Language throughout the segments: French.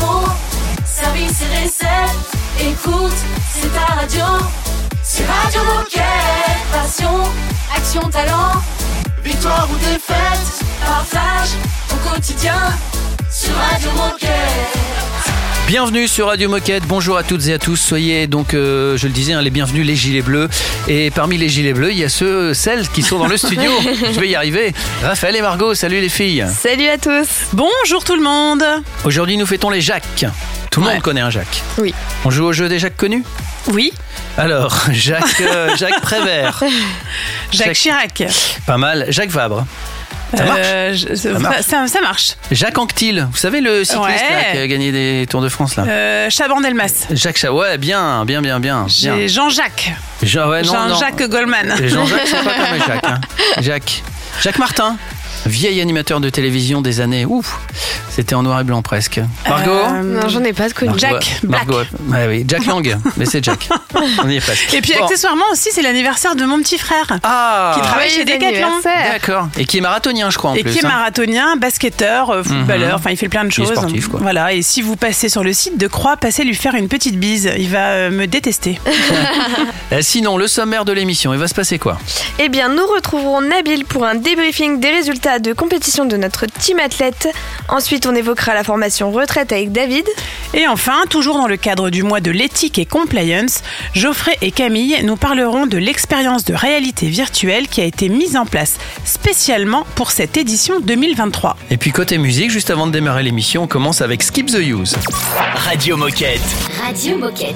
apéro, service et recettes. Écoute, c'est ta radio. C'est Radio Moquette. Passion, action, talent. Victoire ou défaite, partage au quotidien sur Radio Moquette. Bienvenue sur Radio Moquette, bonjour à toutes et à tous. Soyez donc, je le disais, les bienvenus, les gilets bleus. Et parmi les gilets bleus, il y a celles qui sont dans le studio. Je vais y arriver. Raphaël et Margot, salut les filles. Salut à tous. Bonjour tout le monde. Aujourd'hui, nous fêtons les Jacques. Tout le monde connaît un Jacques. Oui. On joue au jeu des Jacques connus ? Oui. Alors, Jacques Prévert. Jacques Chirac. Pas mal. Jacques Vabre. Ça marche. Jacques Anquetil, vous savez le cycliste là, qui a gagné des Tours de France là. Chaban-Delmas. Jacques ouais, bien. J'ai Jean-Jacques. Jean-Jacques Goldman. Jean-Jacques, c'est pas comme Jacques. Hein. Jacques Martin, vieil animateur de télévision des années. Ouf, c'était en noir et blanc presque. Margot Non, j'en ai pas de connu. Jack Black. Margot, oui, Jack Lang, mais c'est Jack. On y est presque. Et puis accessoirement aussi, c'est l'anniversaire de mon petit frère. Qui travaille chez Decathlon. D'accord. Et qui est marathonien, je crois, en plus. Et qui est marathonien, basketteur, footballeur, enfin il fait plein de choses. Il est sportif, quoi. Voilà, et si vous passez sur le site de Croix, passez lui faire une petite bise. Il va me détester. Sinon, le sommaire de l'émission, il va se passer quoi ? Eh bien, nous retrouverons Nabil pour un débriefing des résultats de compétition de notre team athlète. Ensuite, on évoquera la formation retraite avec David. Et enfin, toujours dans le cadre du mois de l'éthique et compliance, Geoffrey et Camille nous parleront de l'expérience de réalité virtuelle qui a été mise en place spécialement pour cette édition 2023. Et puis côté musique, juste avant de démarrer l'émission, on commence avec Skip the Use. Radio Moquette. Radio Moquette.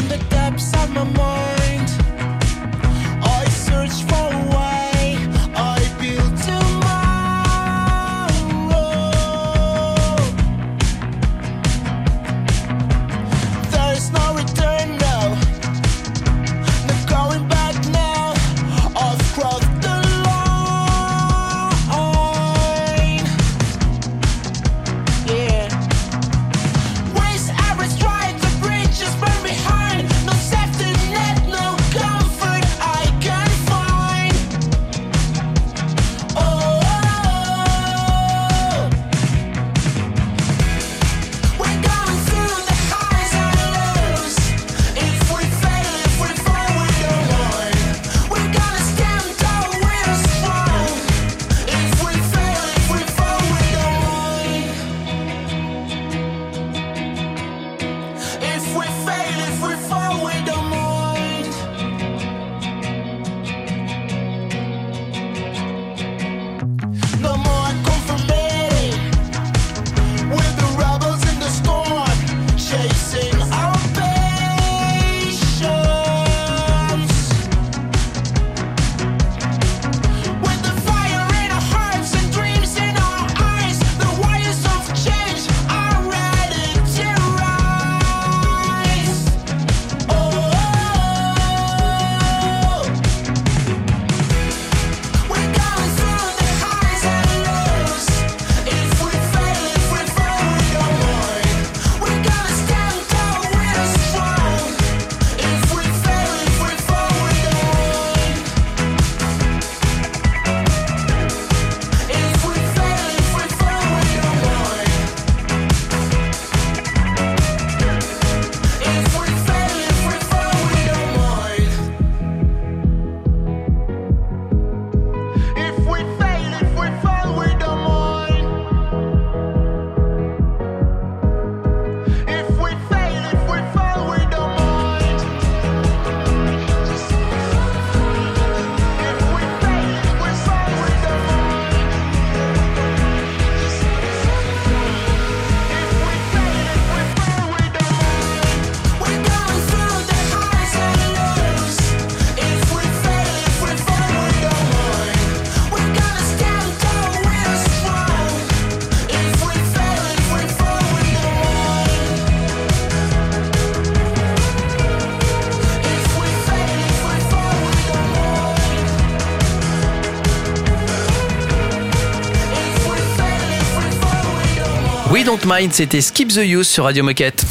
We Don't Mind, c'était Skip the Use sur Radio Moquette.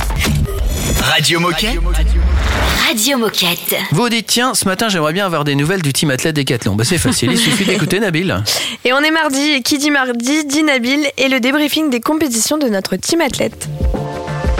Radio Moquette. Radio Moquette. Vous dites, tiens, ce matin, j'aimerais bien avoir des nouvelles du team athlète Decathlon. Bah, c'est facile, il suffit d'écouter Nabil. Et on est mardi, et qui dit mardi dit Nabil et le débriefing des compétitions de notre team athlète.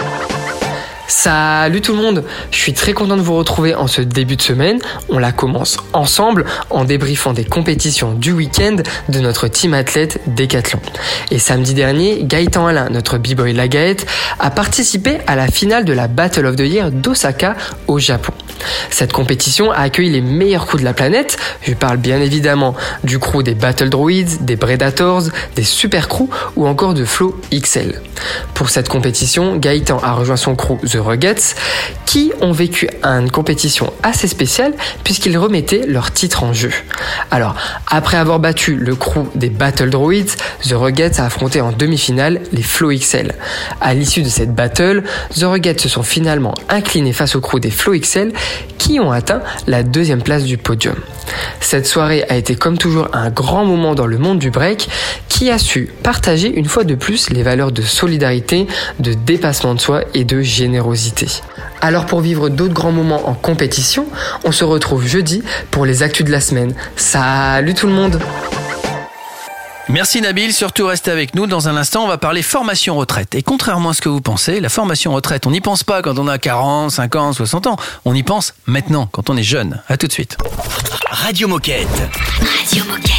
Salut tout le monde, je suis très content de vous retrouver en ce début de semaine. On la commence ensemble en débriefant des compétitions du week-end de notre team athlète Décathlon. Et samedi dernier, Gaëtan Alain, notre b-boy Lagaët, a participé à la finale de la Battle of the Year d'Osaka au Japon. Cette compétition a accueilli les meilleurs crews de la planète. Je parle bien évidemment du crew des Battle Droids, des Predators, des Super Crew ou encore de Flow XL. Pour cette compétition, Gaëtan a rejoint son crew The Ruggets qui ont vécu une compétition assez spéciale puisqu'ils remettaient leur titre en jeu. Alors, après avoir battu le crew des Battle Droids, The Ruggets a affronté en demi-finale les Flow XL. À l'issue de cette battle, The Ruggets se sont finalement inclinés face au crew des Flow XL qui ont atteint la 2e place du podium. Cette soirée a été comme toujours un grand moment dans le monde du break qui a su partager une fois de plus les valeurs de solidarité, de dépassement de soi et de générosité. Alors pour vivre d'autres grands moments en compétition, on se retrouve jeudi pour les actus de la semaine. Salut tout le monde! Merci Nabil, surtout restez avec nous. Dans un instant, on va parler formation retraite. Et contrairement à ce que vous pensez, la formation retraite, on n'y pense pas quand on a 40, 50, 60 ans. On y pense maintenant, quand on est jeune. À tout de suite. Radio Moquette. Radio Moquette.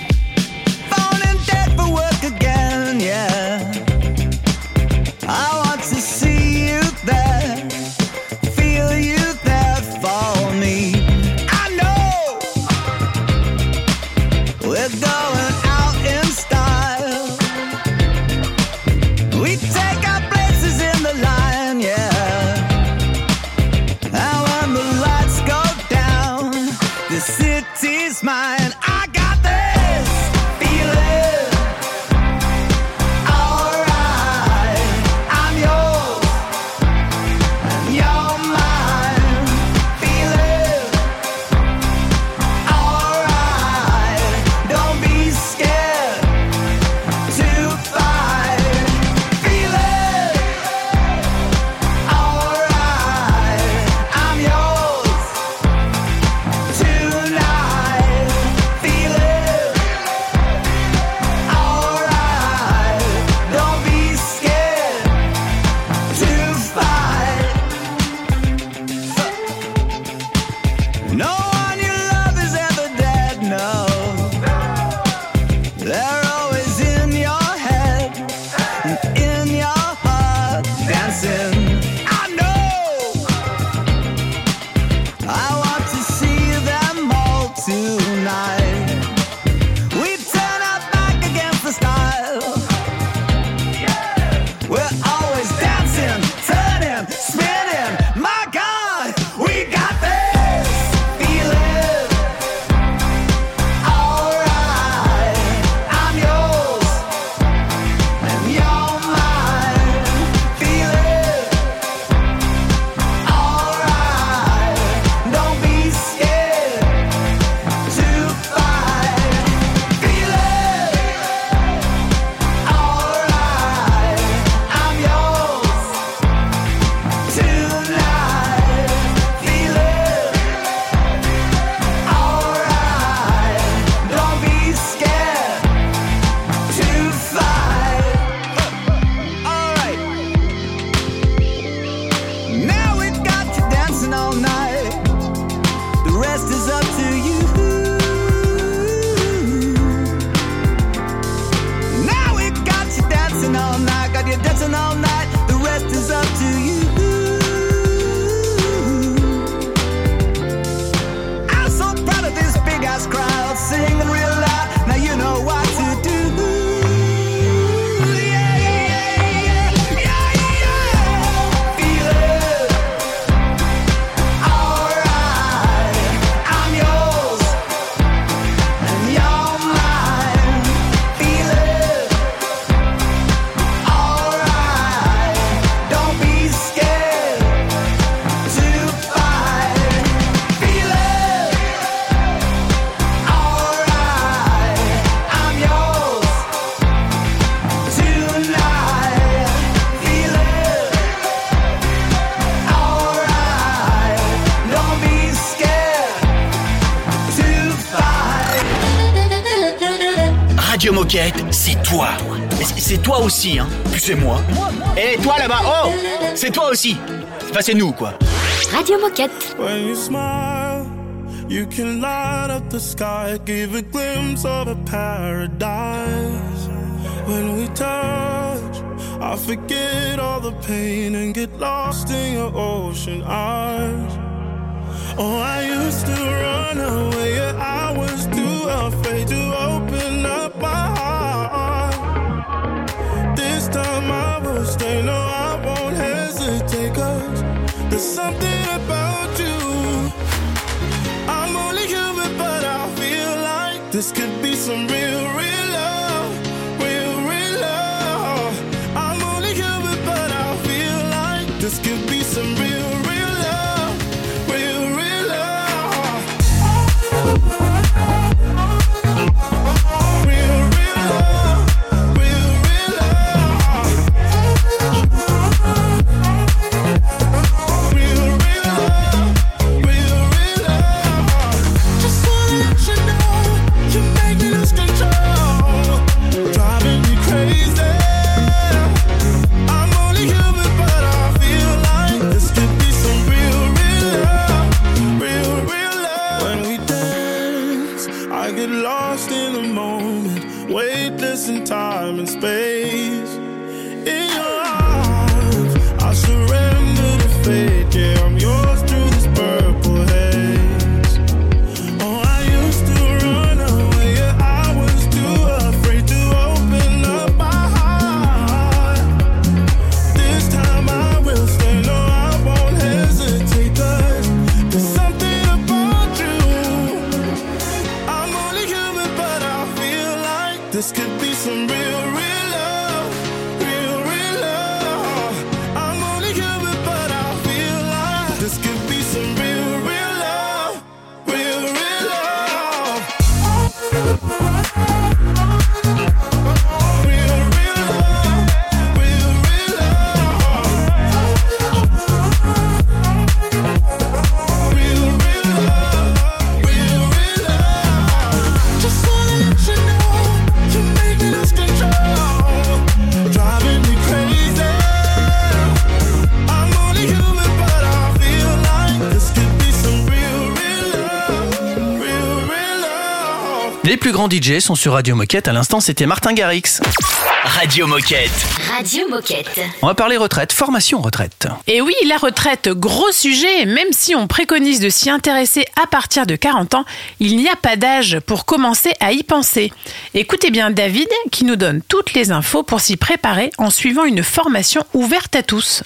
Radio Moquette, c'est toi. C'est toi aussi, hein. Puis c'est moi. Et toi là-bas, oh, c'est toi aussi. Enfin, c'est nous, quoi. Radio Moquette. When you smile, you can light up the sky, give a glimpse of a paradise. When we touch, I forget all the pain and get lost in your ocean eyes. Oh, I used to run away, yeah, I was too afraid to open up my heart. This time I will stay, no, I won't hesitate, 'cause there's something about you. I'm only human, but I feel like this could be some real love, real love. I'm only human, but I feel like this could be some real love, real love. In time and space, in your arms, I surrender to fate. Yeah, I'm yours through this purple haze. Oh, I used to run away, yeah, I was too afraid to open up my heart. This time I will stay, no, I won't hesitate, 'cause there's something about you. I'm only human, but I feel like this could be some real love, real love. I'm only human, but I feel like this could be some real love, real love. Les plus grands DJ sont sur Radio Moquette. À l'instant, c'était Martin Garrix. Radio Moquette. Radio Moquette. On va parler retraite, formation retraite. Et oui, la retraite, gros sujet. Même si on préconise de s'y intéresser à partir de 40 ans, il n'y a pas d'âge pour commencer à y penser. Écoutez bien David qui nous donne toutes les infos pour s'y préparer en suivant une formation ouverte à tous.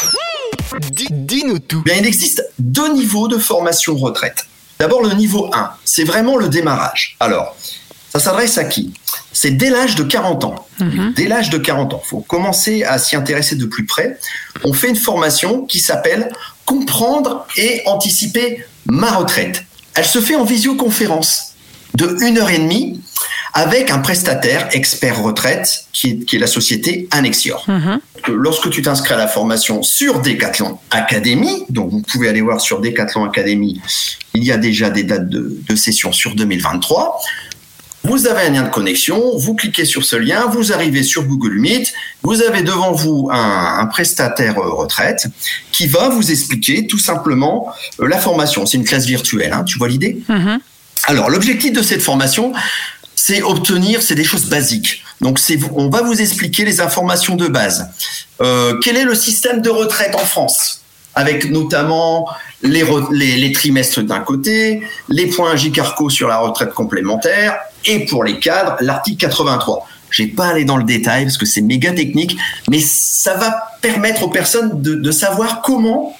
Dis-nous tout. Bien, il existe 2 niveaux de formation retraite. D'abord, le niveau 1, c'est vraiment le démarrage. Alors, ça s'adresse à qui ? C'est dès l'âge de 40 ans. Dès l'âge de 40 ans, il faut commencer à s'y intéresser de plus près. On fait une formation qui s'appelle « Comprendre et anticiper ma retraite ». Elle se fait en visioconférence de 1h30 avec un prestataire expert retraite qui est la société Annexior. Lorsque tu t'inscris à la formation sur Decathlon Academy, donc vous pouvez aller voir sur Decathlon Academy, il y a déjà des dates de session sur 2023. Vous avez un lien de connexion, vous cliquez sur ce lien, vous arrivez sur Google Meet, vous avez devant vous un prestataire retraite qui va vous expliquer tout simplement la formation. C'est une classe virtuelle, hein, tu vois l'idée ? Alors, l'objectif de cette formation, c'est des choses basiques. Donc, on va vous expliquer les informations de base. Quel est le système de retraite en France ? Avec notamment les trimestres d'un côté, les points J-Carco sur la retraite complémentaire, et pour les cadres, l'article 83. Je ne vais pas aller dans le détail parce que c'est méga technique, mais ça va permettre aux personnes de savoir comment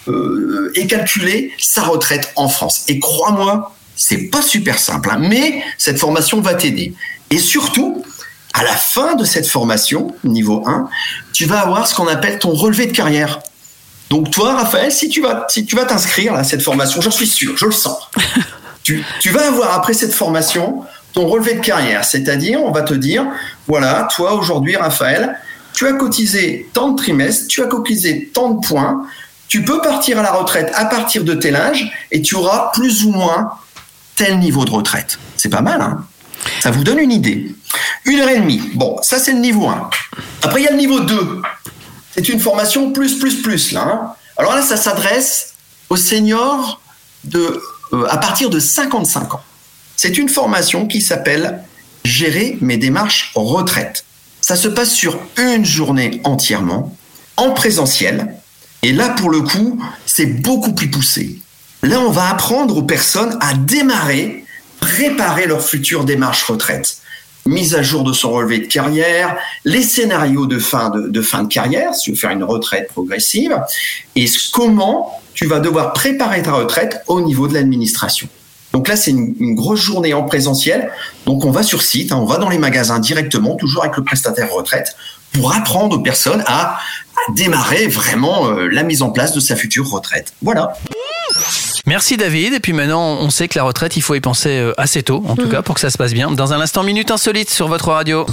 est calculée sa retraite en France. Et crois-moi, c'est pas super simple, hein, mais cette formation va t'aider. Et surtout, à la fin de cette formation, niveau 1, tu vas avoir ce qu'on appelle ton relevé de carrière. Donc toi, Raphaël, si tu vas t'inscrire à cette formation, j'en suis sûr, je le sens. Tu vas avoir après cette formation ton relevé de carrière, c'est-à-dire on va te dire, voilà, toi aujourd'hui, Raphaël, tu as cotisé tant de trimestres, tu as cotisé tant de points, tu peux partir à la retraite à partir de tel âge et tu auras plus ou moins tel niveau de retraite. C'est pas mal, hein ? Ça vous donne une idée. 1h30, bon, ça c'est le niveau 1. Après, il y a le niveau 2. C'est une formation plus, là. Hein. Alors là, ça s'adresse aux seniors à partir de 55 ans. C'est une formation qui s'appelle « Gérer mes démarches retraite ». Ça se passe sur une journée entièrement, en présentiel. Et là, pour le coup, c'est beaucoup plus poussé. Là, on va apprendre aux personnes à préparer leur future démarche retraite. Mise à jour de son relevé de carrière, les scénarios de fin de carrière, si tu veux faire une retraite progressive, et comment tu vas devoir préparer ta retraite au niveau de l'administration. Donc là, c'est une grosse journée en présentiel. Donc on va sur site, on va dans les magasins directement, toujours avec le prestataire retraite, pour apprendre aux personnes à démarrer vraiment la mise en place de sa future retraite. Voilà. Merci David, et puis maintenant on sait que la retraite il faut y penser assez tôt, en tout cas pour que ça se passe bien. Dans un instant, Minute Insolite sur votre radio.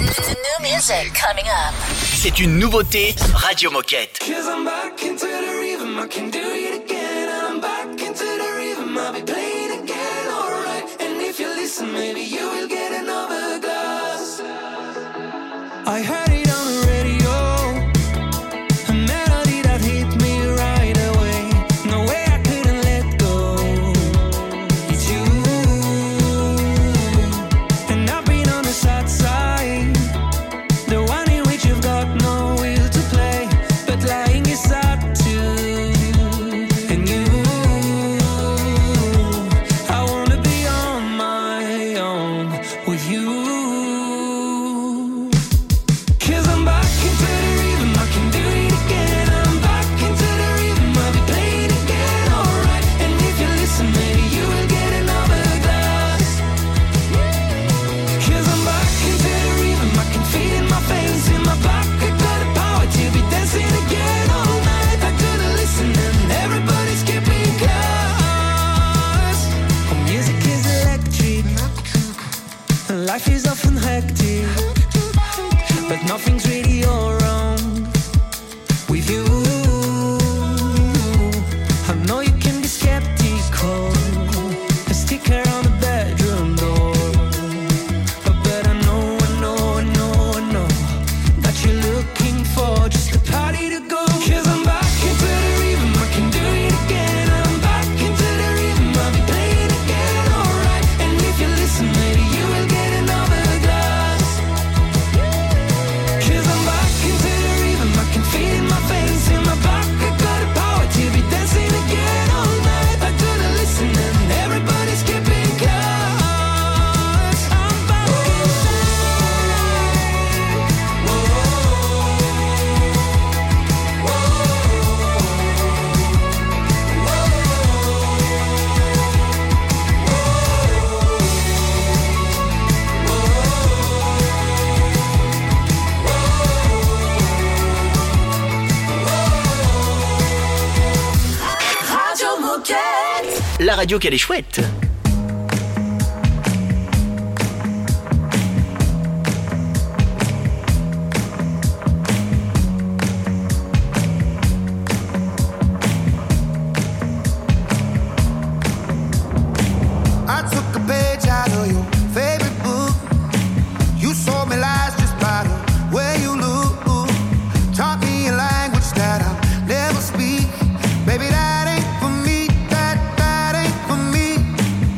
C'est une nouveauté Radio Moquette. I heard it on the radio, a melody that hit me right away. No way I couldn't let go. It's you, and I've been on the sad side, the one in which you've got no will to play, but lying is sad too. And you, I wanna be on my own with you. Life is often hectic, but nothing's really all wrong with you. I know you can be skeptical, a sticker on the bedroom door, but I know that you're looking for just a party to go. 'Cause I'm back into the rhythm, I can do it again. I'm back into the rhythm, I'll be playing again, alright. And if you listen, maybe you will get another glass. 'Cause I'm back into the rhythm, I can feel it in my veins, in my back. I got the power to be dancing again all night. I gotta listen and everybody's keeping close. I'm back Radio Moquette. La radio qu'elle est chouette. I took a page out of your favorite book. You sold me lies just by the way you look. Taught me a language that I'll never speak. Baby, that ain't for me. That ain't for me.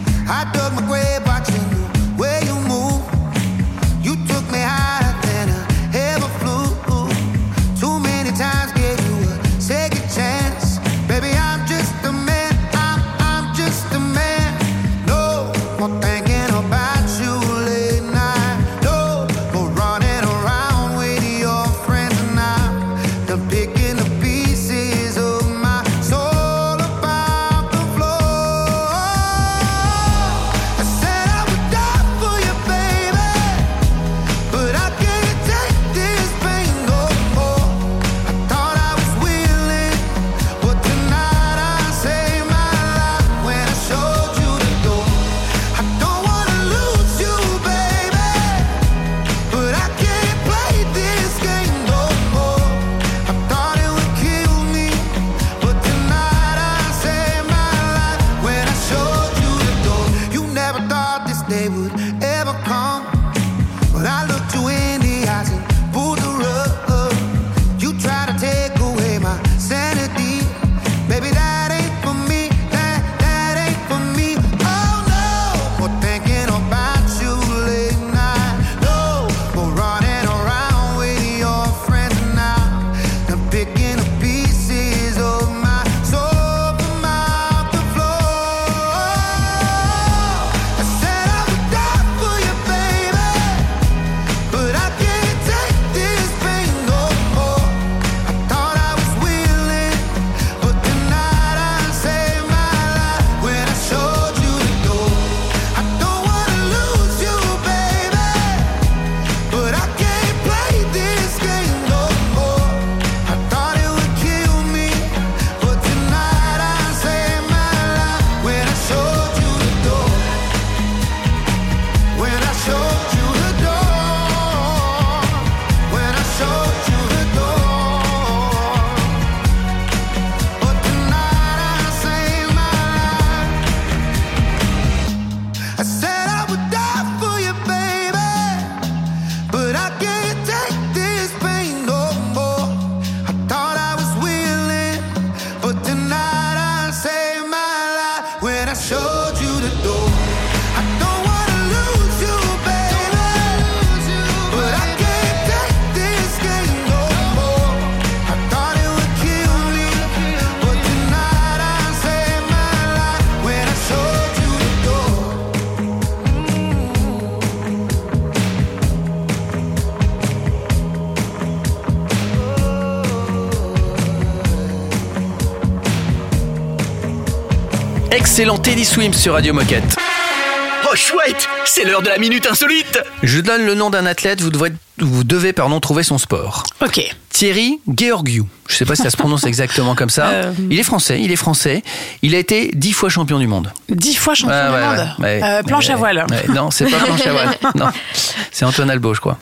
L'excellent Teddy Swims sur Radio Moquette. Oh chouette, c'est l'heure de la minute insolite. Je donne le nom d'un athlète, vous devez trouver son sport. Ok. Thierry Georgiou. Je ne sais pas si ça se prononce exactement comme ça. Il est français. Il a été 10 fois champion du monde. 10 fois champion du monde. Ouais. Planche à voile. Non, c'est pas planche à voile. Non, c'est Antoine Albo, je crois.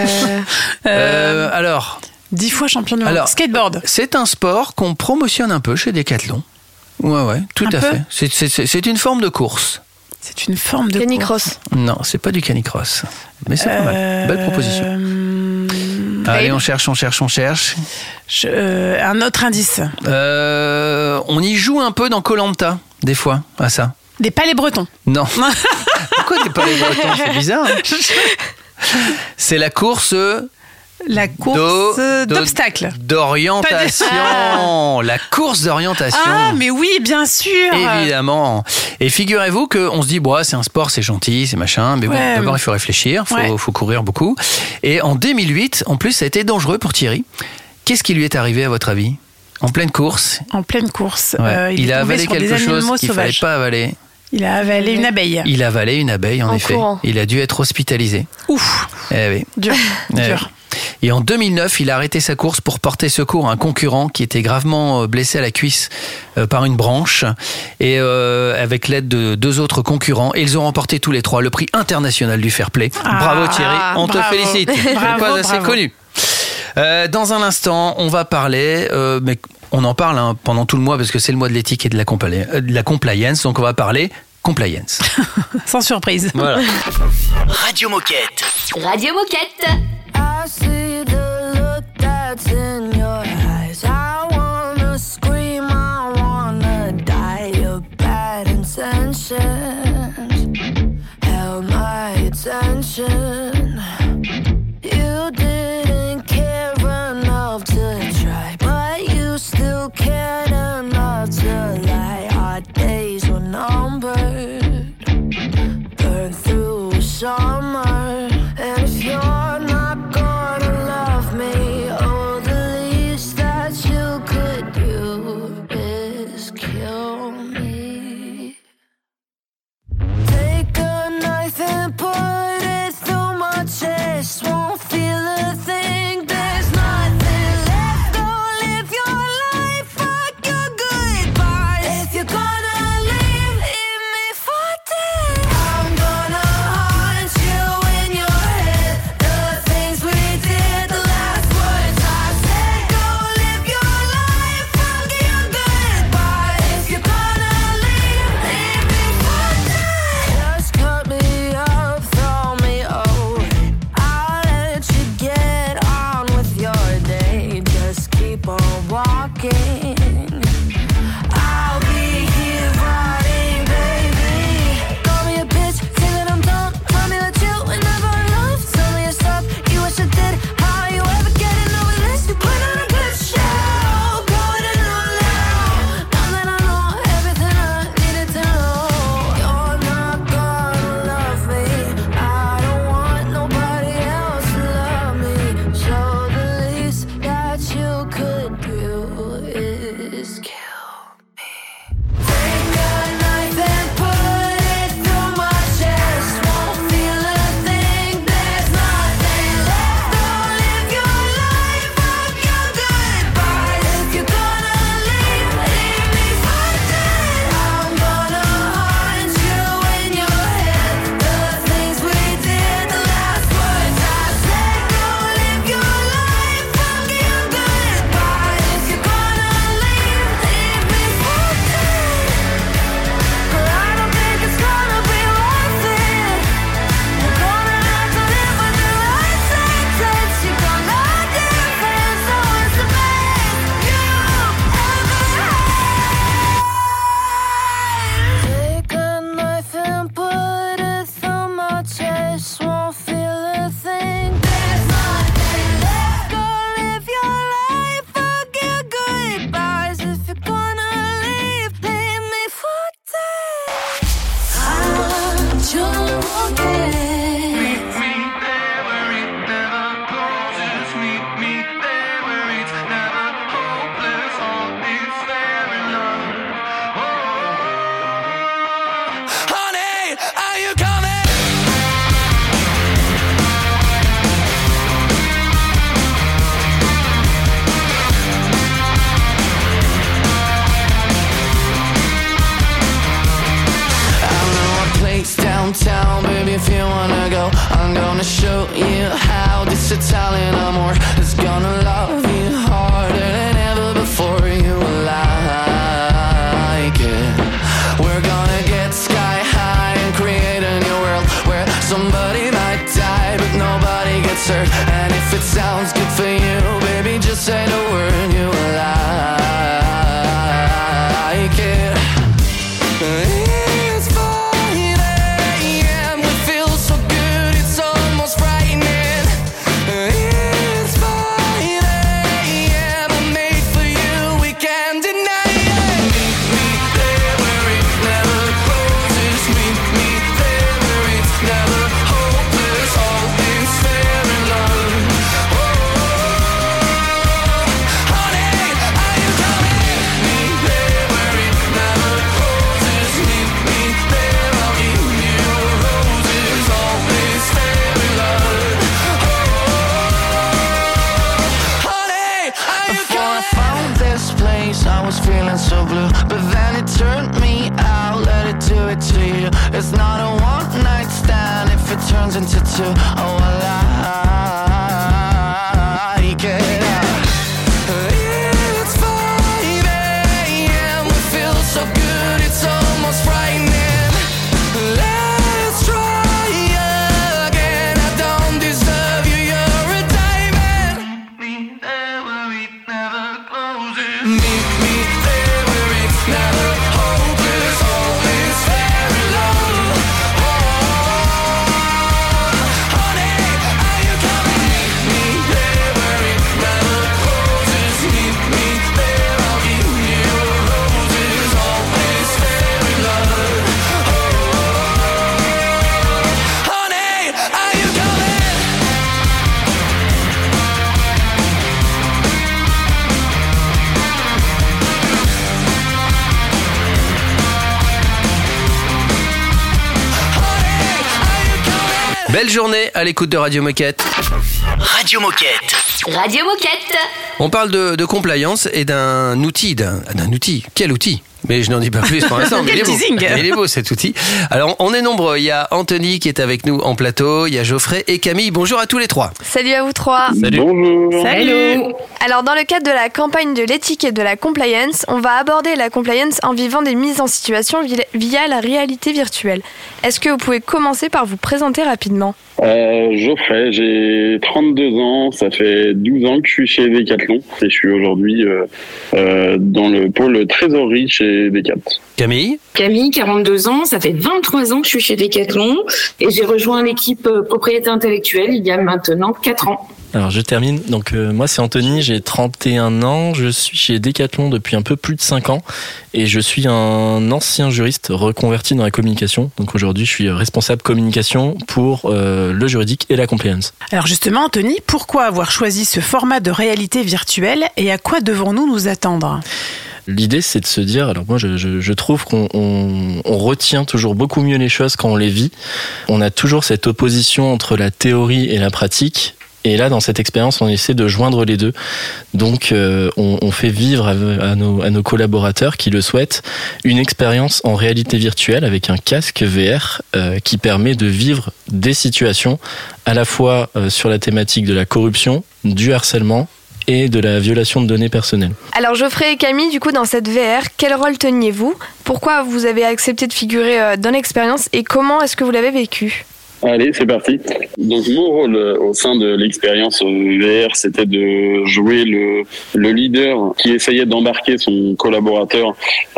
Alors, 10 fois champion du monde. Skateboard. C'est un sport qu'on promotionne un peu chez Decathlon. Ouais, tout à fait. C'est une forme de course. C'est une forme de canicross. Non, c'est pas du canicross. Mais c'est pas mal. Belle proposition. Allez, on cherche. Un autre indice. On y joue un peu dans Koh-Lanta, des fois, à ça. Des palets bretons. Non. Pourquoi des palets bretons? C'est bizarre. Hein. C'est la course... La course d'obstacles. D'orientation. La course d'orientation. Ah, mais oui, bien sûr. Évidemment. Et figurez-vous qu'on se dit, c'est un sport, c'est gentil, c'est machin. Mais bon, d'abord, il faut réfléchir, faut courir beaucoup. Et en 2008, en plus, ça a été dangereux pour Thierry. Qu'est-ce qui lui est arrivé, à votre avis? En pleine course. Il a avalé quelque chose qu'il ne fallait pas avaler. Il a avalé une abeille. Il a avalé une abeille, en effet. Courant. Il a dû être hospitalisé. Ouf. Oui. Dur. Et en 2009, il a arrêté sa course pour porter secours à un concurrent qui était gravement blessé à la cuisse par une branche, et avec l'aide de 2 autres concurrents. Et ils ont remporté tous les 3 le prix international du fair play. Bravo Thierry, on te félicite. Bravo, pas assez connu. Dans un instant, on va parler, mais on en parle pendant tout le mois parce que c'est le mois de l'éthique et de la compliance, donc on va parler compliance. Sans surprise. Voilà. Radio Moquette. Radio Moquette. I see the look that's in your eyes. I wanna scream, I wanna die. Your bad intentions held my attention. You didn't care enough to try, but you still cared enough to lie. Our days were numbered, burned through summer. And if you're not gonna love me, oh, the least that you could do is kill me. Take a knife and put it through my chest. Won't feel a thing. There's nothing left. Don't live your life like you're goodbye. If you're gonna leave me for dead, I'm gonna haunt you. telling them work is gonna love you harder than ever before. You like it. We're gonna get sky high and create a new world where somebody might die but nobody gets hurt. And if it sounds good for you, baby, just say the word. You like it. It's 5 a.m. We feel so good, it's almost frightening. It's 5 a.m. I'm made for you, we can't deny it. Meet me there where it never closes. Meet me there where it's never hopeless. All is fair in love. Oh, honey, are you coming? Meet me there where it never closes. Meet me there, I'll give you roses. All is fair in love. Oh, honey, are you coming? Before I found this place, I was feeling so blue, but then it turned me out. Let it do it to you. It's not a one night stand if it turns into two. Oh, I like it. It's 5 a.m. We feel so good, it's almost frightening. Let's try again. I don't deserve you, you're a diamond. Meet me there where it never closes. Meet me there where it's never hopeless. All is fair in love. Oh, honey, are you coming? Meet me there where it never closes. Meet me there, I'll give you roses. All is fair in love. Oh, honey, are you coming? Belle journée à l'écoute de Radio Moquette. Radio Moquette. Radio Moquette. On parle de compliance et d'un outil. Quel outil? Mais je n'en dis pas plus pour l'instant. Mais Quel teasing. Il est beau cet outil. Alors, on est nombreux. Il y a Anthony qui est avec nous en plateau. Il y a Geoffrey et Camille. Bonjour à tous les trois. Salut à vous trois. Salut. Bonjour. Salut. Alors dans le cadre de la campagne de l'éthique et de la compliance, on va aborder la compliance en vivant des mises en situation via la réalité virtuelle. Est-ce que vous pouvez commencer par vous présenter rapidement ? Geoffrey, j'ai 32 ans, ça fait 12 ans que je suis chez Decathlon et je suis aujourd'hui dans le pôle trésorerie chez Decathlon. Camille. Camille, 42 ans, ça fait 23 ans que je suis chez Decathlon et j'ai rejoint l'équipe propriété intellectuelle il y a maintenant 4 ans. Alors je termine, donc moi c'est Anthony, j'ai 31 ans, je suis chez Decathlon depuis un peu plus de 5 ans et je suis un ancien juriste reconverti dans la communication. Donc aujourd'hui je suis responsable communication pour le juridique et la compliance. Alors justement Anthony, pourquoi avoir choisi ce format de réalité virtuelle et à quoi devons-nous nous attendre ? L'idée, c'est de se dire, alors moi je trouve qu'on retient toujours beaucoup mieux les choses quand on les vit. On a toujours cette opposition entre la théorie et la pratique. Et là, dans cette expérience, on essaie de joindre les deux. Donc, on fait vivre à nos collaborateurs qui le souhaitent une expérience en réalité virtuelle avec un casque VR qui permet de vivre des situations à la fois sur la thématique de la corruption, du harcèlement et de la violation de données personnelles. Alors Geoffrey et Camille, du coup dans cette VR, quel rôle teniez-vous ? Pourquoi vous avez accepté de figurer dans l'expérience et comment est-ce que vous l'avez vécu ? Allez, c'est parti. Donc mon rôle au sein de l'expérience VR, c'était de jouer le leader qui essayait d'embarquer son collaborateur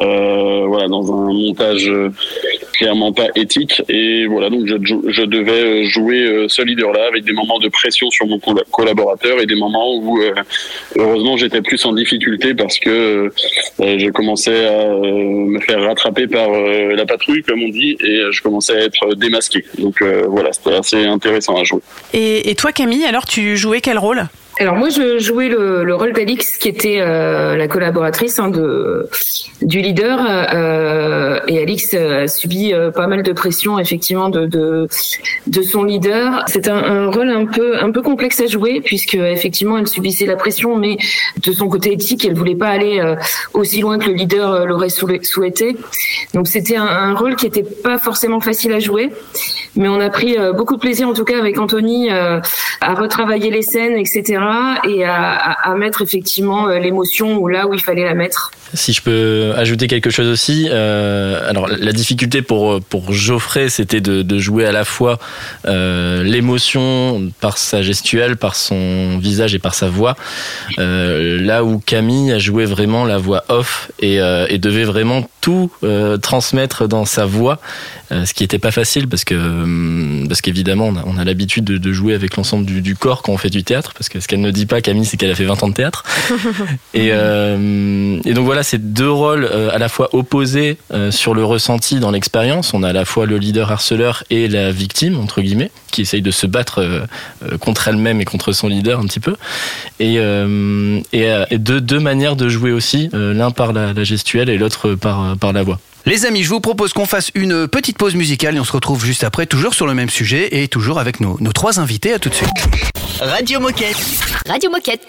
dans un montage clairement pas éthique. Et voilà, donc je devais jouer ce leader-là avec des moments de pression sur mon collaborateur et des moments où heureusement j'étais plus en difficulté parce que je commençais à me faire rattraper par la patrouille, comme on dit, et je commençais à être démasqué. Donc voilà, c'était assez intéressant à jouer. Et toi Camille, alors tu jouais quel rôle ? Alors moi, je jouais le rôle d'Alix, qui était la collaboratrice du leader. Et Alix a subi pas mal de pression, effectivement, de son leader. C'est un rôle un peu complexe à jouer, puisque effectivement, elle subissait la pression, mais de son côté éthique, elle voulait pas aller aussi loin que le leader l'aurait souhaité. Donc c'était un rôle qui était pas forcément facile à jouer, mais on a pris beaucoup de plaisir, en tout cas avec Anthony, à retravailler les scènes, etc. et à mettre effectivement l'émotion là où il fallait la mettre. Si je peux ajouter quelque chose aussi, alors la difficulté pour Geoffrey, c'était de jouer à la fois l'émotion par sa gestuelle, par son visage et par sa voix, là où Camille a joué vraiment la voix off et devait vraiment tout transmettre dans sa voix, ce qui n'était pas facile parce qu'évidemment on a l'habitude de jouer avec l'ensemble du corps quand on fait du théâtre, parce que ce qu'elle ne dit pas, Camille, c'est qu'elle a fait 20 ans de théâtre. Et donc voilà, c'est deux rôles à la fois opposés sur le ressenti dans l'expérience. On a à la fois le leader harceleur et la victime, entre guillemets, qui essaye de se battre contre elle-même et contre son leader un petit peu. Et deux manières de jouer aussi, l'un par la gestuelle et l'autre par la voix. Les amis, je vous propose qu'on fasse une petite pause musicale et on se retrouve juste après, toujours sur le même sujet et toujours avec nos trois invités. À tout de suite. Radio Moquette. Radio Moquette.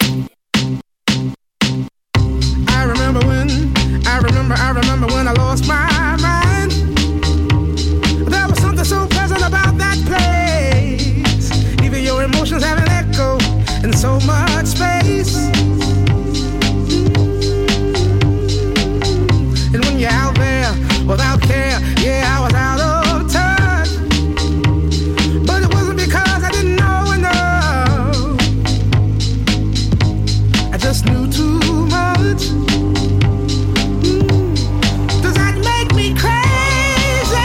I remember when I lost my mind. There was something so pleasant about that place. Even your emotions have an echo in so much space. And when you're out there without care, yeah, I was out of touch. But it wasn't because I didn't know enough. I just knew too much. Does that make me crazy?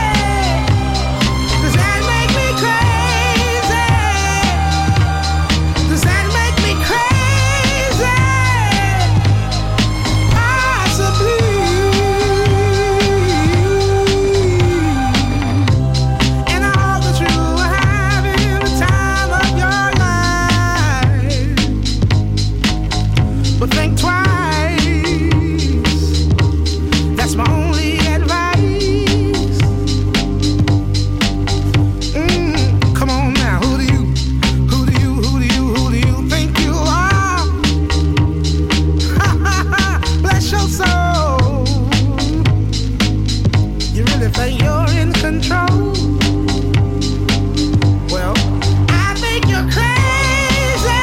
Does that make me crazy? Does that make me crazy? Possibly. And I hope that you are having the time of your life. But think twice. That's my only advice. Come on now, who do you think you are? Bless your soul. You really think you're in control? Well, I think you're crazy.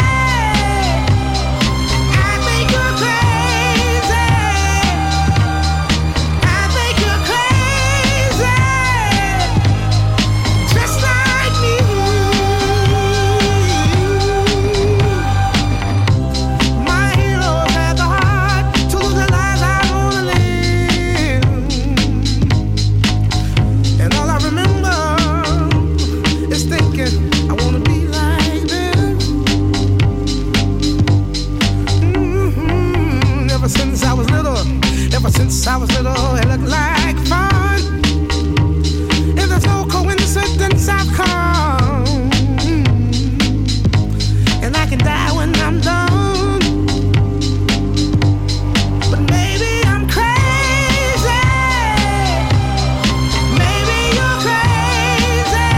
I think you're crazy. I think you're crazy, just like me. My heroes had the heart to lose the lives I wanna live, and all I remember is thinking I wanna be like them. Ever since I was little, it looked like fun. If there's no coincidence, I've come, and I can die when I'm done. But maybe I'm crazy. Maybe you're crazy.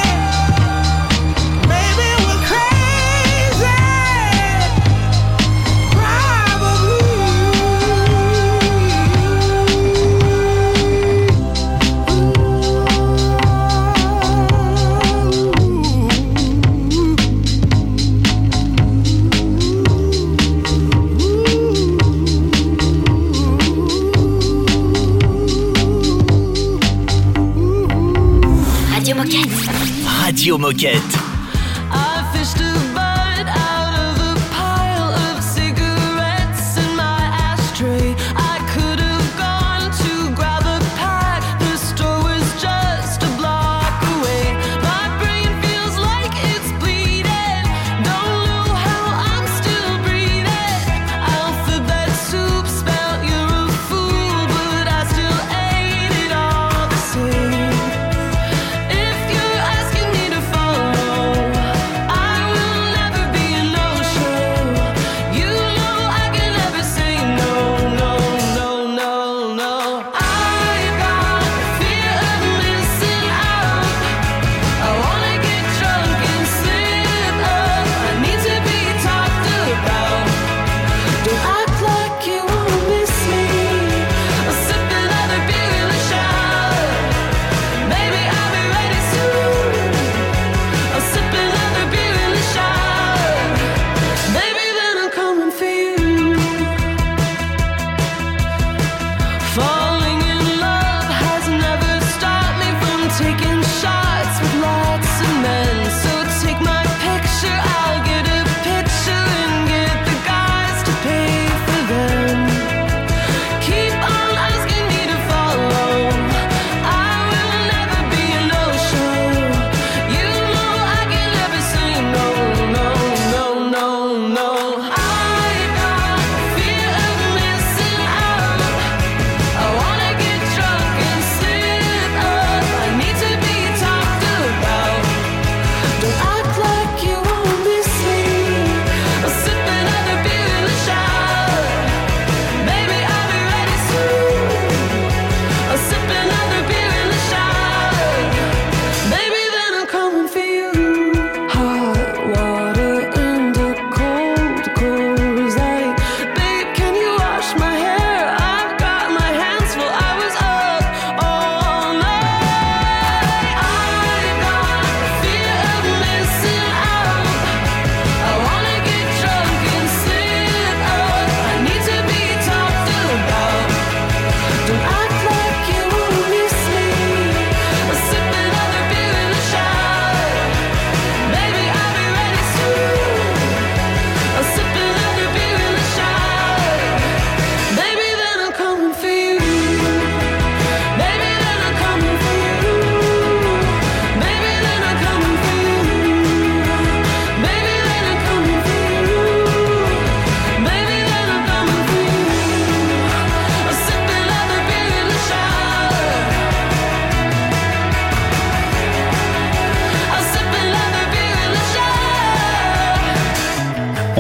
Maybe we're crazy. Probably. Radio Moquette. Radio Moquette. I fished a bud out of a pile of cigarettes in my ashtray. I could have gone to grab a pack. The store was just a block away. My brain feels like it's bleeding. Don't know how I'm still breathing. Alphabet soup spelled you're a fool, but I still ate it all the same. If you're asking me to follow, I will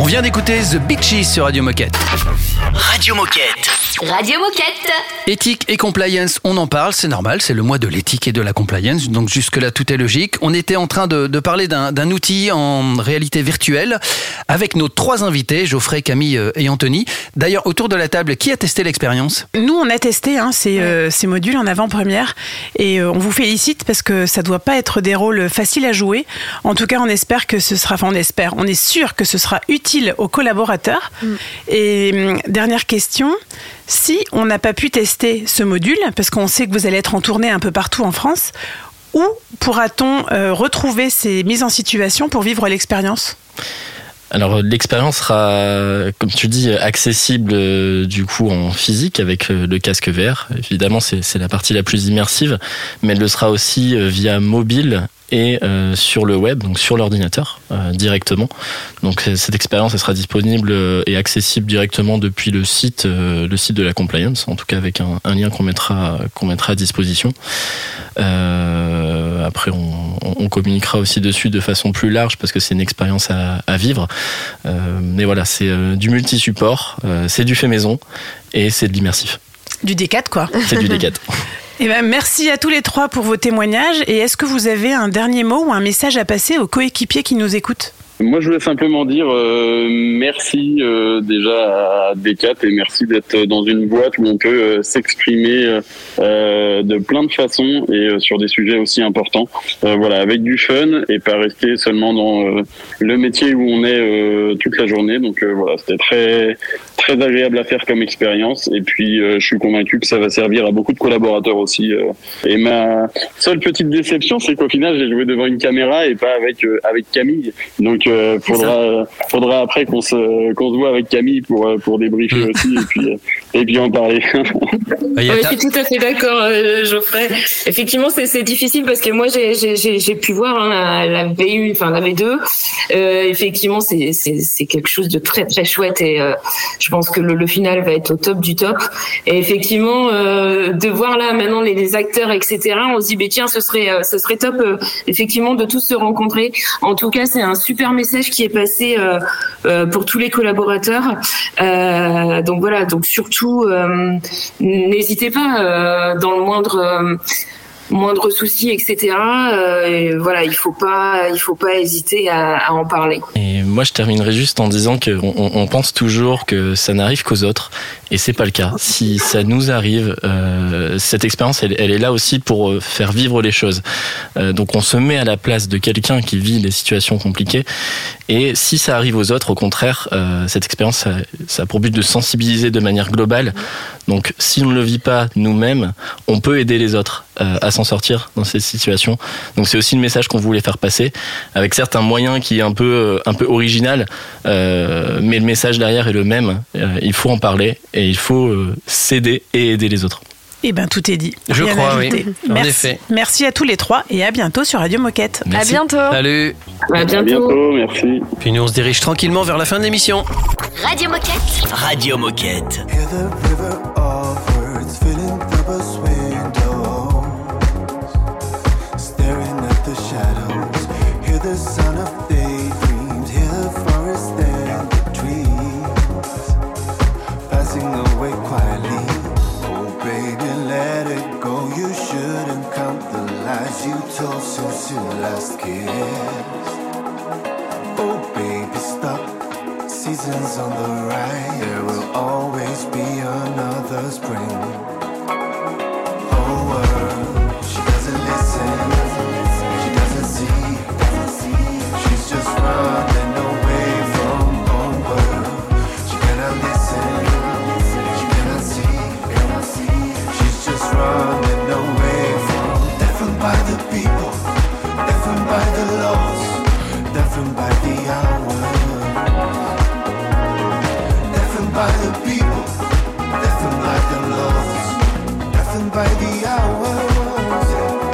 vient d'écouter The Beaches sur Radio Moquette. Radio Moquette. Radio Moquette. Éthique et compliance, on en parle, c'est normal, c'est le mois de l'éthique et de la compliance, donc jusque-là tout est logique. On était en train de parler d'un outil en réalité virtuelle avec nos 3 invités, Geoffrey, Camille et Anthony. D'ailleurs, autour de la table, qui a testé l'expérience ? Nous, on a testé ces modules en avant-première et on vous félicite parce que ça doit pas être des rôles faciles à jouer. En tout cas, on espère que on est sûr que ce sera utile aux collaborateurs. Et dernière question, si on n'a pas pu tester ce module, parce qu'on sait que vous allez être en tournée un peu partout en France, où pourra-t-on retrouver ces mises en situation pour vivre l'expérience ? Alors l'expérience sera, comme tu dis, accessible du coup en physique avec le casque VR. Évidemment, c'est la partie la plus immersive, mais elle le sera aussi via mobile et sur le web, donc sur l'ordinateur directement. Donc cette expérience elle sera disponible et accessible directement depuis le site de la compliance, en tout cas avec un lien qu'on mettra à disposition. Après on communiquera aussi dessus de façon plus large parce que c'est une expérience à vivre. Mais voilà, c'est du multi-support, c'est du fait maison et c'est de l'immersif. Du D4 quoi. C'est du D4. Eh ben, merci à tous les 3 pour vos témoignages. Et est-ce que vous avez un dernier mot ou un message à passer aux coéquipiers qui nous écoutent ? Moi, je voulais simplement dire merci déjà à D4 et merci d'être dans une boîte où on peut s'exprimer de plein de façons et sur des sujets aussi importants. Voilà, avec du fun et pas rester seulement dans le métier où on est toute la journée. Donc voilà, c'était très très agréable à faire comme expérience. Et puis je suis convaincu que ça va servir à beaucoup de collaborateurs aussi. Et ma seule petite déception, c'est qu'au final, j'ai joué devant une caméra et pas avec Camille. Donc faudra après qu'on se voit avec Camille pour débriefer aussi et puis en parler. Je suis tout à fait d'accord, Geoffrey. Effectivement, c'est difficile parce que moi j'ai pu voir la V1, enfin la V2. Effectivement, c'est quelque chose de très très chouette et je pense que le final va être au top du top. Et effectivement, de voir là maintenant les acteurs, etc. On se dit, tiens, ce serait top, effectivement, de tous se rencontrer. En tout cas, c'est un super message qui est passé pour tous les collaborateurs. Donc voilà, donc surtout n'hésitez pas dans le moindre souci, etc. Et voilà, il faut pas hésiter à en parler. Et moi, je terminerai juste en disant qu'on pense toujours que ça n'arrive qu'aux autres, et c'est pas le cas. Si ça nous arrive, cette expérience, elle est là aussi pour faire vivre les choses. Donc, on se met à la place de quelqu'un qui vit des situations compliquées, et si ça arrive aux autres, au contraire, cette expérience, ça a pour but de sensibiliser de manière globale. Donc, si on ne le vit pas nous-mêmes, on peut aider les autres à s'en sortir dans cette situation. Donc c'est aussi le message qu'on voulait faire passer, avec certains moyens qui est un peu original, mais le message derrière est le même. Il faut en parler et il faut s'aider et aider les autres. Eh ben tout est dit. Je Rien crois, à oui. ajouter. En Merci. effet. Merci à tous les 3 et à bientôt sur Radio Moquette. Merci. À bientôt. Salut. À bientôt. À bientôt, merci. Puis nous on se dirige tranquillement vers la fin de l'émission. Radio Moquette. Radio Moquette. Hear the river of words filling the bus windows, staring at the shadows. Hear the sound of daydreams, hear the forest and the trees passing away quietly. Oh baby, let it go. You shouldn't count the lies you told since your last kiss. Oh baby, stop. Seasons on the rise, there will always be another spring. Oh world, she doesn't listen, she doesn't see, she's just running away from home world. She cannot listen, she cannot see, she's just running away from. Deafened by the people, deafened by the laws, deafened by the hour. By the people, deafened by the laws, deafened by the hours.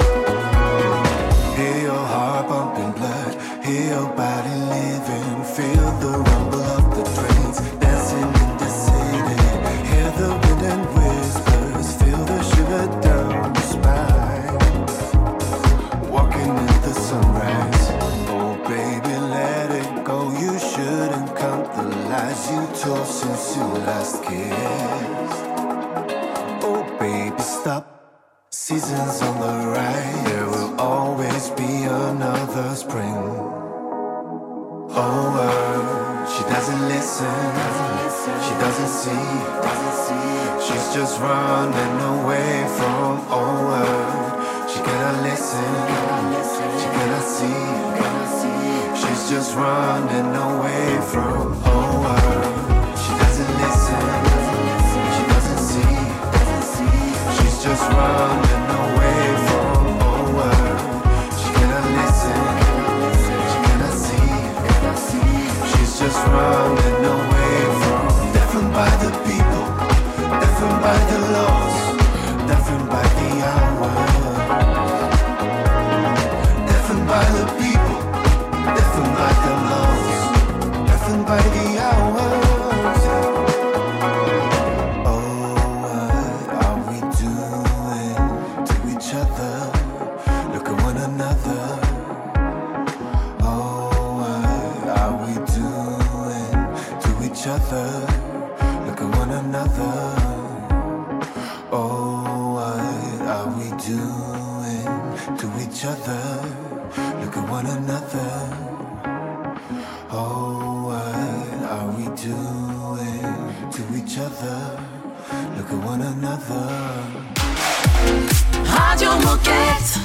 Hear your heart pumping blood, hear your body living, feel the rumble of the trains dancing in the city. Hear the wind and whispers, feel the shiver down the spine. Walking in the sunrise, oh baby, let it go. You shouldn't count the to last kiss. Oh baby, stop. Seasons on the rise. There will always be another spring. Oh, she doesn't listen. She doesn't see. She's just running away from all. She cannot listen. She cannot see. She's just running away from all. She doesn't listen. She doesn't see. She's just running away from all. She cannot listen. She cannot see. She's just running away from. Deafened by the people, deafened by the laws, deafened by the hour. Deafened by the people, deafened by the laws, deafened by the hours. Oh, what are we doing to each other? Look at one another. Oh, what are we doing to each other? Look at one another. Oh, what are we doing to each other? Look at one another. Oh, what are we doing to each other? Look at one another. Radio Moquette.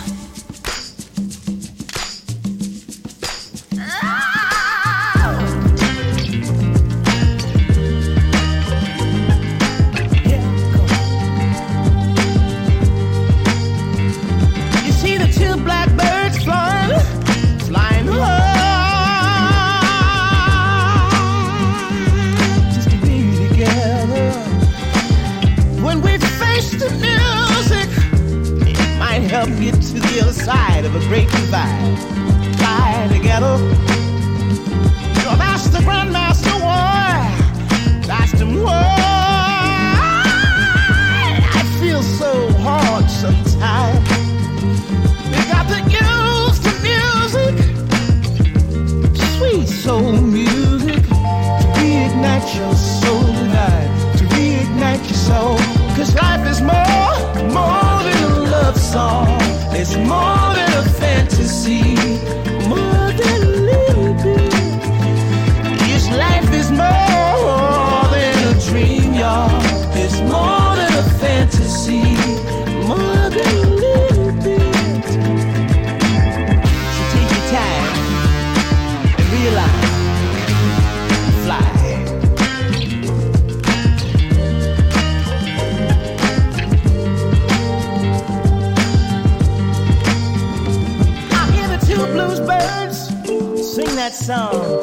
You see the two blackbirds flying low, just to be together. When we face the music, it might help get to the other side of a great divide. Fly together. Your master, grandmaster, war, lost him war. I feel so hard sometimes. We got to use the music, sweet soul music, to reignite your soul tonight, to reignite your soul. Cause life is more than a love song. It's more than a fantasy, more than a little bit. Yes, life is more than a dream, y'all. It's more than a fantasy, more than a little bit. So take your time and realize, fly. I hear the two blues birds sing that song.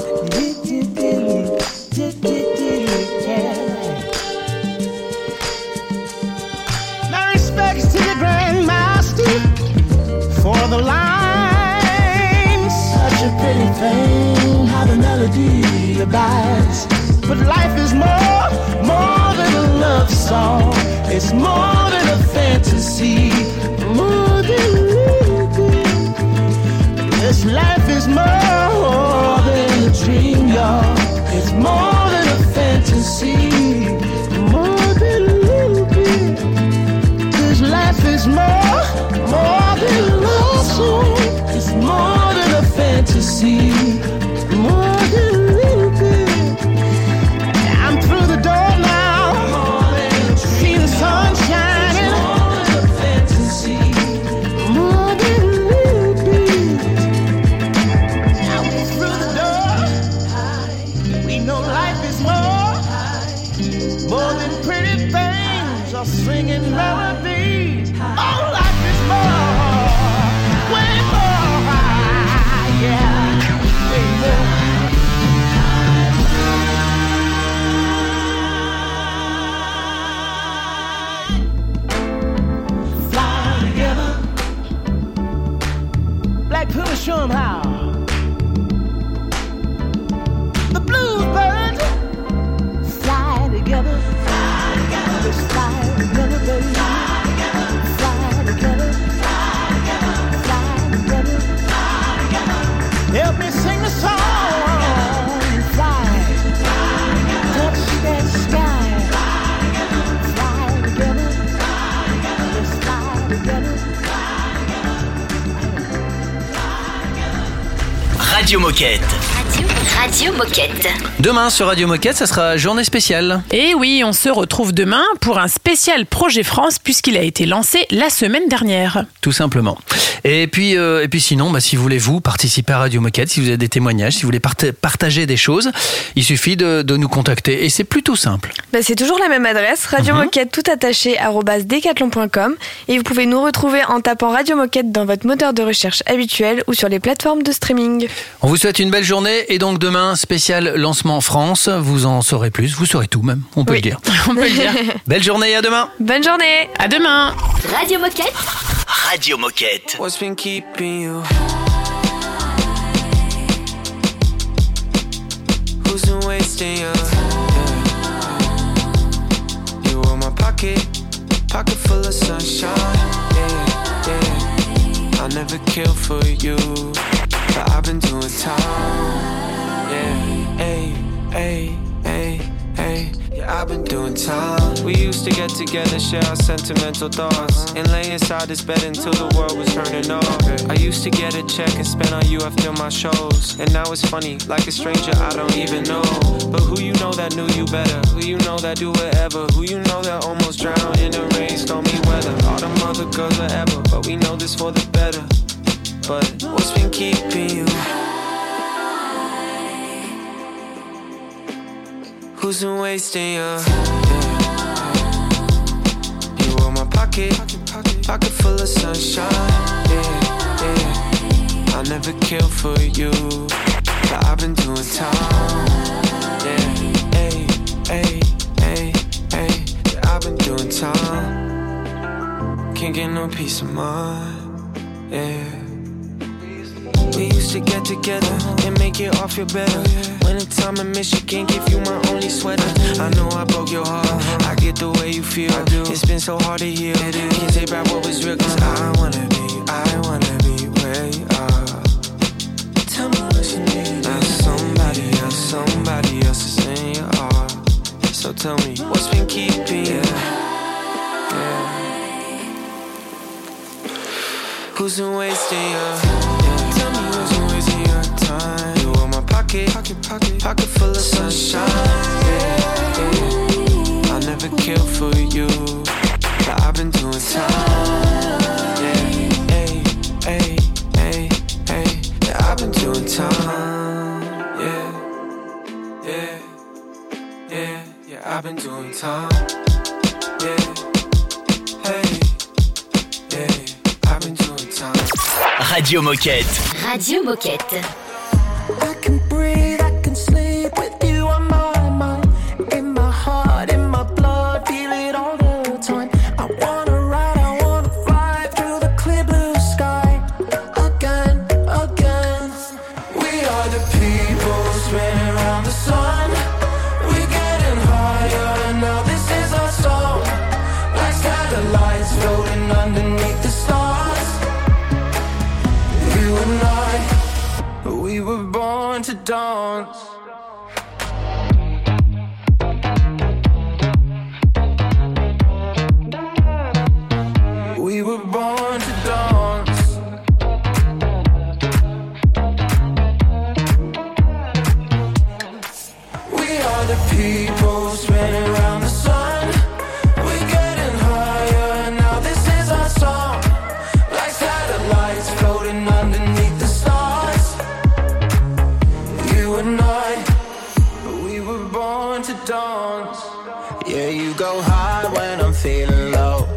My respects to the grandmaster for the line. Such a pretty thing, how the melody abides. But life is more than a love song. It's more than a fantasy, more than a little bit. This life is more than a dream, y'all. It's more than a fantasy, more than a little bit. This life is more than a love song. It's more than a fantasy, more than a little bit. I'm through the door now, see the sun shining. More than a fantasy, more than a little bit. Now we're through the door. We know life is more than pretty things or singing melodies. Oh, life is more, way more, yeah, way more. Fly together, Black Pumas, show 'em how. The bluebirds fly together, let's fly together, baby. Fly together, fly together. Help me sing the song, fly, touch that sky. Radio Moquette. Radio Moquette. Demain sur Radio Moquette, ça sera journée spéciale. Et oui, on se retrouve demain pour un spécial Projet France puisqu'il a été lancé la semaine dernière. Tout simplement. Et puis sinon, si vous voulez participer à Radio Moquette, si vous avez des témoignages, si vous voulez partager des choses, il suffit de nous contacter et c'est plutôt simple. C'est toujours la même adresse, Radio Moquette tout attaché @decathlon.com et vous pouvez nous retrouver en tapant Radio Moquette dans votre moteur de recherche habituel ou sur les plateformes de streaming. On vous souhaite une belle journée et donc demain, spécial lancement France, vous en saurez plus, vous saurez tout même, on peut le dire. On peut le dire. Belle journée et à demain. Bonne journée. À demain. Radio Moquette. Radio Moquette. What's been keeping you? Who's been wasting you? Yeah. You were my pocket full of sunshine. Yeah, yeah. I'll never kill for you, but I've been doing time. Yeah, hey, hey, hey, hey. Yeah, I've been doing time. We used to get together, share our sentimental thoughts, and lay inside this bed until the world was turning off. I used to get a check and spend on you after my shows, and now it's funny, like a stranger I don't even know. But who you know that knew you better? Who you know that do whatever? Who you know that almost drowned in the rain, stormy weather? All them other girls forever, but we know this for the better. But what's been keeping you? Who's been wasting you? Yeah. You were my pocket full of sunshine. Yeah, yeah. I'll never kill for you, but I've been doing time. Yeah, hey, hey, hey, hey. Yeah, I've been doing time. Can't get no peace of mind. Yeah. We used to get together and make it all feel better. Winter time in Michigan, give you my only sweater. I know I broke your heart, I get the way you feel. It's been so hard to heal, can't take back what was real. Cause I wanna be where you are. Tell me what you need. Now somebody else is in your heart. So tell me, what's been keeping you? Yeah. Who's been wasting you? Pocket full of sunshine. Yeah, yeah. I'll never kill for you, but I've been doing time. Yeah, hey, hey, hey, hey. Yeah, I've been doing time. Yeah, yeah, yeah, yeah. I've been doing time. Yeah, hey, yeah. I've been doing time. Radio Moquette. Radio Moquette. I can breathe, I can sleep with you on my mind. In my heart, in my blood, feel it all the time. I wanna ride, I wanna fly through the clear blue sky. Again, again. We are the people spinning around the sun. We're getting higher, now this is our song. Like satellites floating underneath the stars. You and I, we were born to dance. We were born to dance. We are the people spinning around the sun. We're getting higher, now this is our song. Like satellites floating underneath the stars. You and I, we were born to dance. Yeah, you go high when I'm feeling low.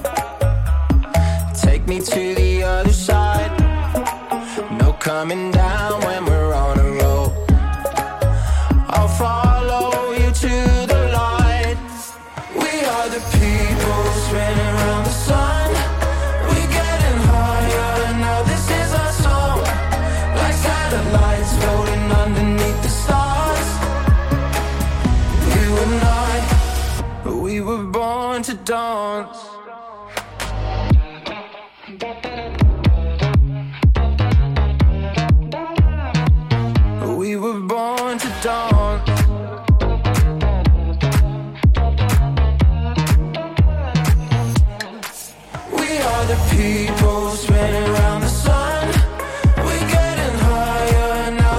Take me to the other side. No coming down when we're on a roll. I'll follow you to the light. We are the people spinning around the sun. We're getting higher, now this is our song. Like satellites floating underneath the stars. You and I, we were born to dance. We were born to dance. We are the people spinning around the sun. We're getting higher, now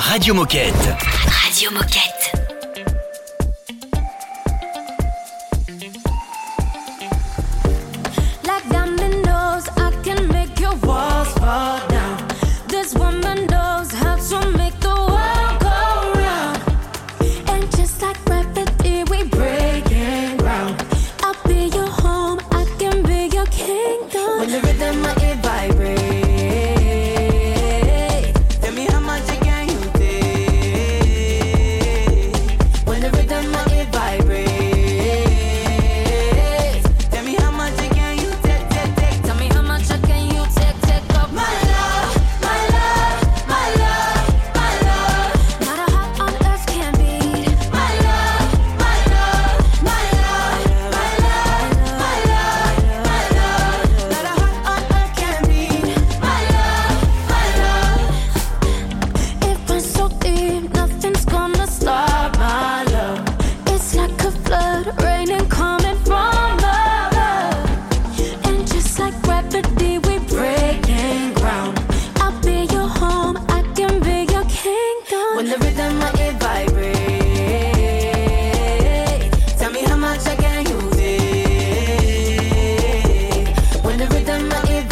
Radio Moquette. Radio Moquette. Like dominoes, I can make your walls fall down. This woman knows how to make the world go round. And just like gravity, we breaking ground. I'll be your home, I can be your kingdom. When the rhythm of it vibrates, tell me how much again you take. When the rhythm of it vibrates, tell me how much again you take. Tell me how much again you take up my love, my love, my love, my love. Not a heart on earth can beat my love, my love, my love, my love, my love, my love. Not a heart on earth can beat my love, my love. It runs so deep, nothing's gonna stop my love. It's like a flood, raining coming from above. And just like gravity, we breaking ground. I'll be your home, I can be your kingdom. When the rhythm of it vibrates, tell me how much again you take. When the rhythm of it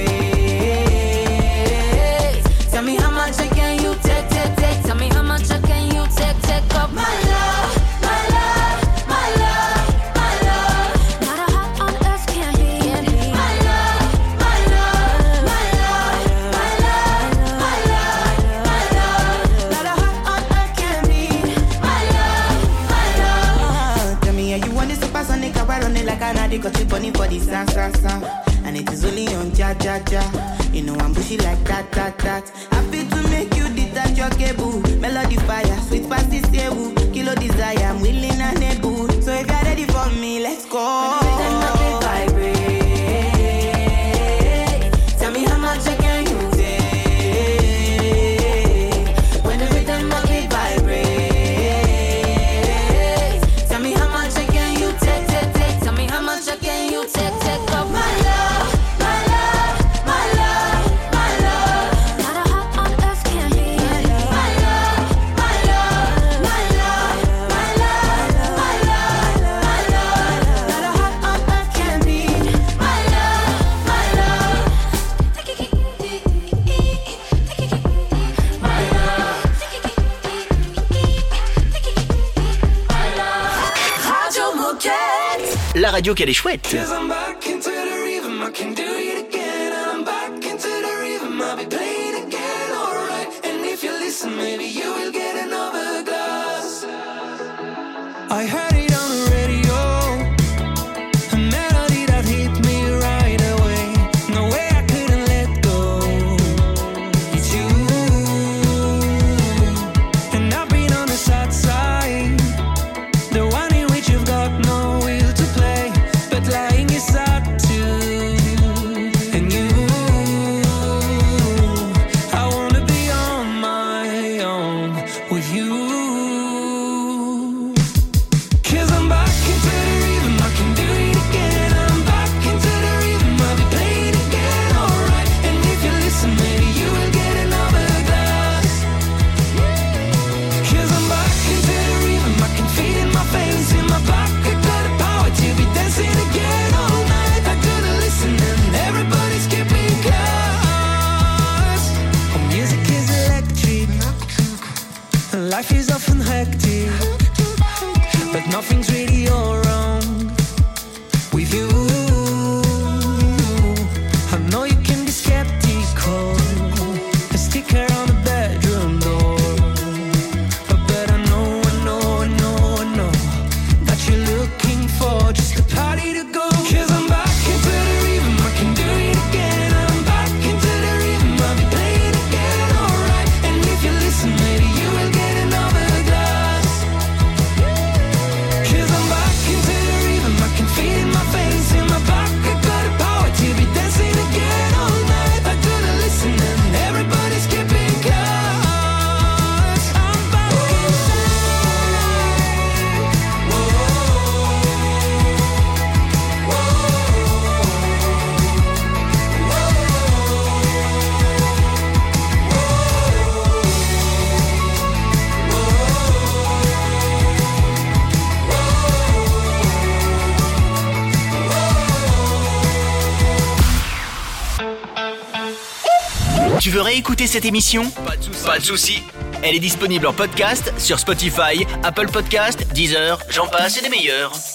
vibrates, tell me how much again you take. Tell me how much again you take up my love, my love, my love, my love. Not a heart on earth can beat my love, my love, my love, my love, my love, my love. Not a heart on earth can beat my love, my love. Tell me how you want this supersonic, I run it like an addict, got you bunny for the sa. And it is only on ja. You know I'm bushy like that. Happy to make you detach your cable. Melody fire, sweet past is stable. Kilo desire, I'm willing and able. So if you're ready for me, let's go. When the rhythm of it vibrates, tell me how much again you take. When the rhythm of it vibrates, tell me how much again you take. Tell me how much again you take up my love, my love, my love, my love. Not a heart on earth can beat my love, my love, my love, my love, my love, my love. Not a heart on earth can beat my love, my love. Radio Moquette. La radio qu'elle est chouette. Cause I'm back into the rhythm, I can do it again. I'm back into the rhythm, I'll be playing again, alright. And if you listen, maybe you will get another glass. I heard it on the radio, a melody that hit me right away. No way I couldn't let go. It's you, and I've been on the sad side, the one in which you've got no will to play, but lying is sad too. And you, I wanna be on my own. Tu veux réécouter cette émission ? Pas de souci. Elle est disponible en podcast sur Spotify, Apple Podcast, Deezer, j'en passe et des meilleurs.